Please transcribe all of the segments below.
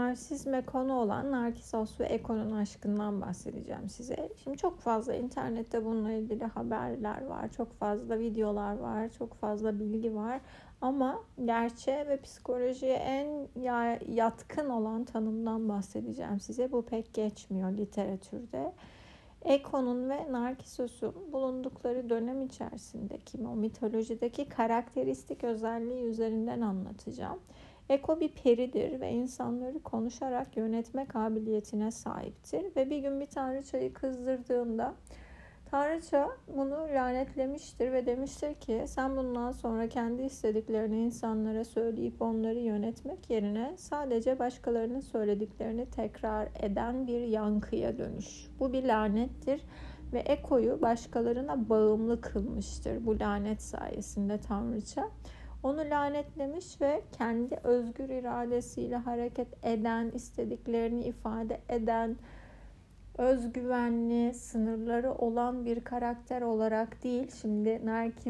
narsizme konu olan Narkisos ve Eko'nun aşkından bahsedeceğim size. Şimdi çok fazla internette bununla ilgili haberler var, çok fazla videolar var, çok fazla bilgi var. Ama gerçeğe ve psikolojiye en yatkın olan tanımdan bahsedeceğim size. Bu pek geçmiyor literatürde. Eko'nun ve Narkisos'un bulundukları dönem içerisindeki o mitolojideki karakteristik özelliği üzerinden anlatacağım. Eko bir peridir ve insanları konuşarak yönetme kabiliyetine sahiptir. Ve bir gün bir tanrıçayı kızdırdığında tanrıça bunu lanetlemiştir ve demiştir ki sen bundan sonra kendi istediklerini insanlara söyleyip onları yönetmek yerine sadece başkalarının söylediklerini tekrar eden bir yankıya dönüş. Bu bir lanettir ve Eko'yu başkalarına bağımlı kılmıştır bu lanet sayesinde tanrıça. Onu lanetlemiş ve kendi özgür iradesiyle hareket eden, istediklerini ifade eden, özgüvenli, sınırları olan bir karakter olarak değil, şimdi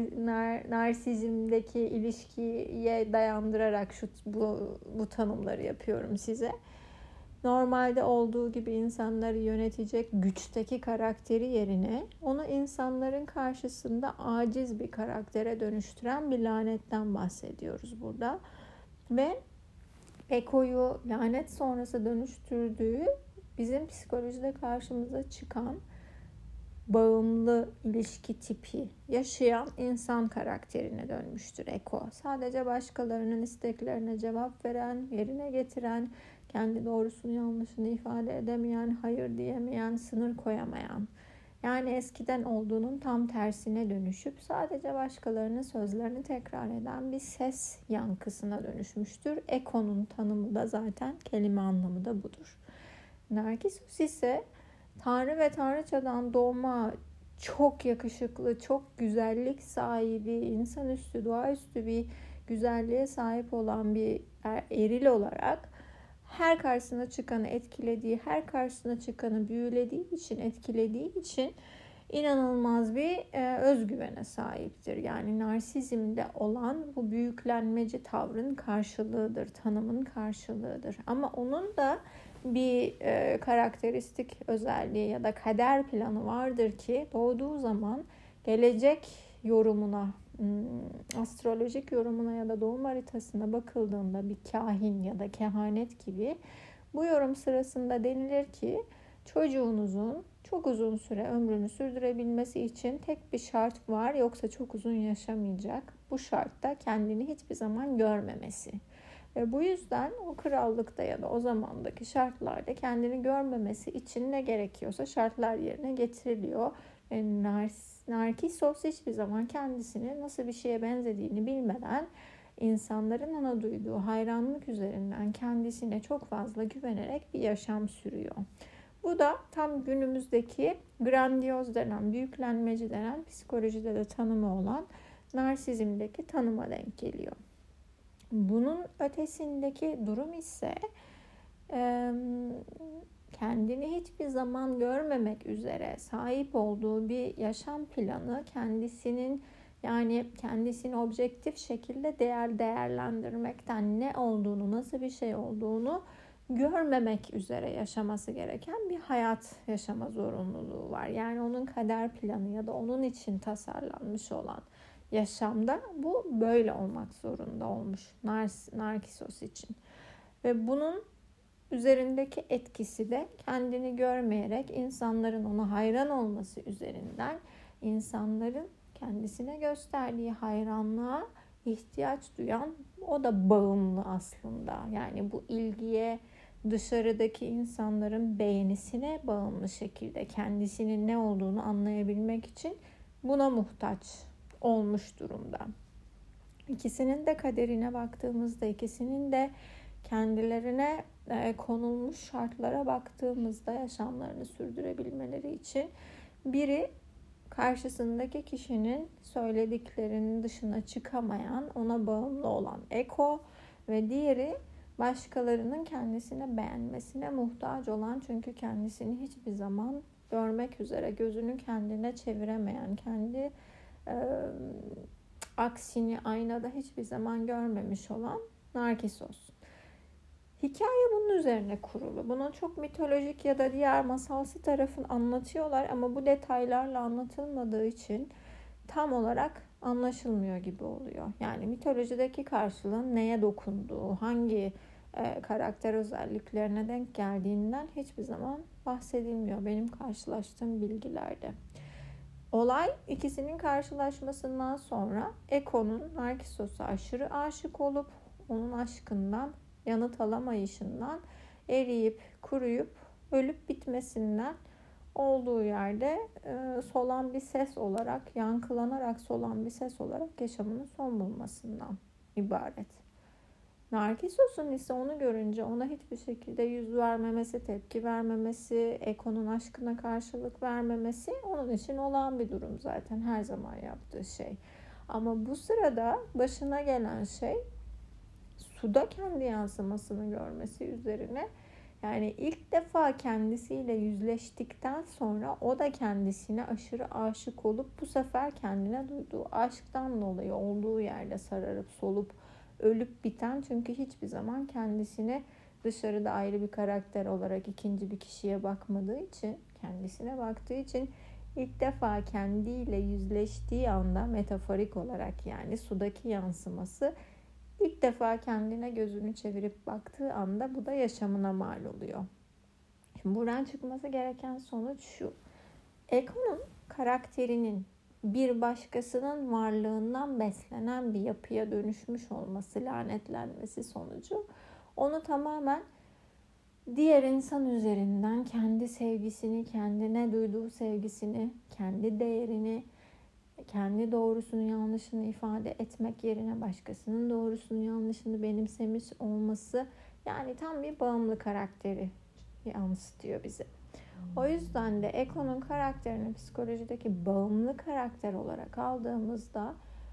narsizmdeki ilişkiye dayandırarak bu tanımları yapıyorum size. Normalde olduğu gibi insanları yönetecek güçteki karakteri yerine onu insanların karşısında aciz bir karaktere dönüştüren bir lanetten bahsediyoruz burada. Ve Eko'yu lanet sonrası dönüştürdüğü bizim psikolojide karşımıza çıkan bağımlı ilişki tipi yaşayan insan karakterine dönmüştür Eko. Sadece başkalarının isteklerine cevap veren, yerine getiren, kendi doğrusunu yanlışını ifade edemeyen, hayır diyemeyen, sınır koyamayan. Yani eskiden olduğunun tam tersine dönüşüp sadece başkalarının sözlerini tekrar eden bir ses yankısına dönüşmüştür. Eko'nun tanımı da zaten kelime anlamı da budur. Narkisos ise Tanrı ve Tanrıçadan doğma, çok yakışıklı, çok güzellik sahibi, insanüstü, doğaüstü bir güzelliğe sahip olan bir eril olarak her karşısına çıkanı etkilediği, her karşısına çıkanı büyülediği için, etkilediği için inanılmaz bir özgüvene sahiptir. Yani narsizmde olan bu büyüklenmeci tavrın karşılığıdır, tanımın karşılığıdır. Ama onun da bir karakteristik özelliği ya da kader planı vardır ki doğduğu zaman gelecek yorumuna, astrolojik yorumuna ya da doğum haritasına bakıldığında bir kahin ya da kehanet gibi bu yorum sırasında denilir ki çocuğunuzun çok uzun süre ömrünü sürdürebilmesi için tek bir şart var, yoksa çok uzun yaşamayacak. Bu şartta kendini hiçbir zaman görmemesi. Ve bu yüzden o krallıkta ya da o zamandaki şartlarda kendini görmemesi için ne gerekiyorsa şartlar yerine getiriliyor. Narkisos hiçbir zaman kendisini nasıl bir şeye benzediğini bilmeden insanların ona duyduğu hayranlık üzerinden kendisine çok fazla güvenerek bir yaşam sürüyor. Bu da tam günümüzdeki grandiyoz denen, büyüklenmeci denen psikolojide de tanımı olan narsizmdeki tanıma denk geliyor. Bunun ötesindeki durum ise kendini hiçbir zaman görmemek üzere sahip olduğu bir yaşam planı, kendisini objektif şekilde değerlendirmekten ne olduğunu, nasıl bir şey olduğunu görmemek üzere yaşaması gereken bir hayat yaşama zorunluluğu var. Yani onun kader planı ya da onun için tasarlanmış olan yaşamda bu böyle olmak zorunda olmuş Narkisos için. Ve bunun üzerindeki etkisi de kendini görmeyerek insanların ona hayran olması üzerinden insanların kendisine gösterdiği hayranlığa ihtiyaç duyan, o da bağımlı aslında. Yani bu ilgiye, dışarıdaki insanların beğenisine bağımlı şekilde kendisinin ne olduğunu anlayabilmek için buna muhtaç olmuş durumda. İkisinin de kaderine baktığımızda, ikisinin de kendilerine konulmuş şartlara baktığımızda yaşamlarını sürdürebilmeleri için biri karşısındaki kişinin söylediklerinin dışına çıkamayan, ona bağımlı olan Eko ve diğeri başkalarının kendisine beğenmesine muhtaç olan, çünkü kendisini hiçbir zaman görmek üzere gözünü kendine çeviremeyen, kendi aksini aynada hiçbir zaman görmemiş olan Narkisos. Hikaye bunun üzerine kurulu. Bunu çok mitolojik ya da diğer masalsı tarafın anlatıyorlar ama bu detaylarla anlatılmadığı için tam olarak anlaşılmıyor gibi oluyor. Yani mitolojideki karşılığın neye dokunduğu, hangi karakter özelliklerine denk geldiğinden hiçbir zaman bahsedilmiyor benim karşılaştığım bilgilerde. Olay ikisinin karşılaşmasından sonra Eko'nun Narkissos'a aşırı aşık olup onun aşkından, yanıt alamayışından, eriyip, kuruyup, ölüp bitmesinden, olduğu yerde solan bir ses olarak, yankılanarak solan bir ses olarak yaşamının son bulmasından ibaret. Narkissos'un ise onu görünce ona hiçbir şekilde yüz vermemesi, tepki vermemesi, Eko'nun aşkına karşılık vermemesi onun için olağan bir durum zaten, her zaman yaptığı şey. Ama bu sırada başına gelen şey suda kendi yansımasını görmesi üzerine. Yani ilk defa kendisiyle yüzleştikten sonra o da kendisine aşırı aşık olup bu sefer kendine duyduğu aşktan dolayı olduğu yerde sararıp solup ölüp biten, çünkü hiçbir zaman kendisine dışarıda ayrı bir karakter olarak ikinci bir kişiye bakmadığı için, kendisine baktığı için ilk defa kendiyle yüzleştiği anda, metaforik olarak yani sudaki yansıması, İlk defa kendine gözünü çevirip baktığı anda bu da yaşamına mal oluyor. Şimdi buradan çıkması gereken sonuç şu: Eko'nun karakterinin bir başkasının varlığından beslenen bir yapıya dönüşmüş olması, lanetlenmesi sonucu onu tamamen diğer insan üzerinden kendi sevgisini, kendine duyduğu sevgisini, kendi değerini, kendi doğrusunu yanlışını ifade etmek yerine başkasının doğrusunu yanlışını benimsemiş olması, yani tam bir bağımlı karakteri yansıtıyor bize. O yüzden de Eko'nun karakterini psikolojideki bağımlı karakter olarak aldığımızda,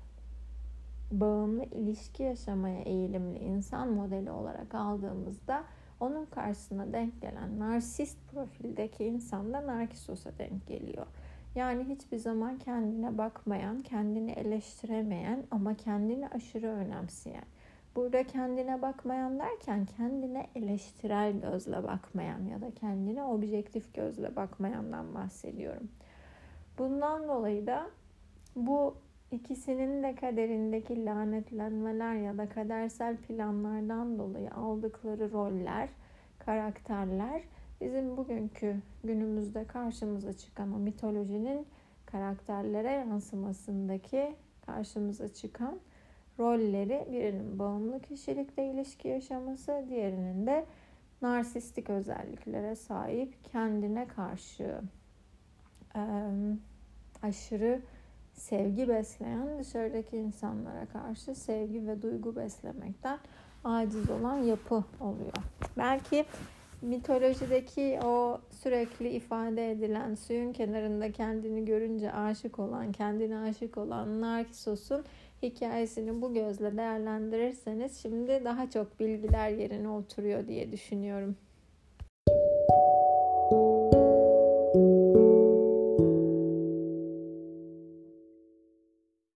bağımlı ilişki yaşamaya eğilimli insan modeli olarak aldığımızda onun karşısına denk gelen narsist profildeki insan da Narkissos'a denk geliyor. Yani hiçbir zaman kendine bakmayan, kendini eleştiremeyen ama kendini aşırı önemseyen. Burada kendine bakmayan derken kendine eleştirel gözle bakmayan ya da kendine objektif gözle bakmayandan bahsediyorum. Bundan dolayı da bu ikisinin de kaderindeki lanetlenmeler ya da kadersel planlardan dolayı aldıkları roller, karakterler bizim bugünkü günümüzde karşımıza çıkan o mitolojinin karakterlere yansımasındaki karşımıza çıkan rolleri, birinin bağımlı kişilikle ilişki yaşaması, diğerinin de narsistik özelliklere sahip, kendine karşı aşırı sevgi besleyen, dışarıdaki insanlara karşı sevgi ve duygu beslemekten aciz olan yapı oluyor. Belki mitolojideki o sürekli ifade edilen suyun kenarında kendini görünce aşık olan, kendine aşık olan Narkissos'un hikayesini bu gözle değerlendirirseniz şimdi daha çok bilgiler yerine oturuyor diye düşünüyorum.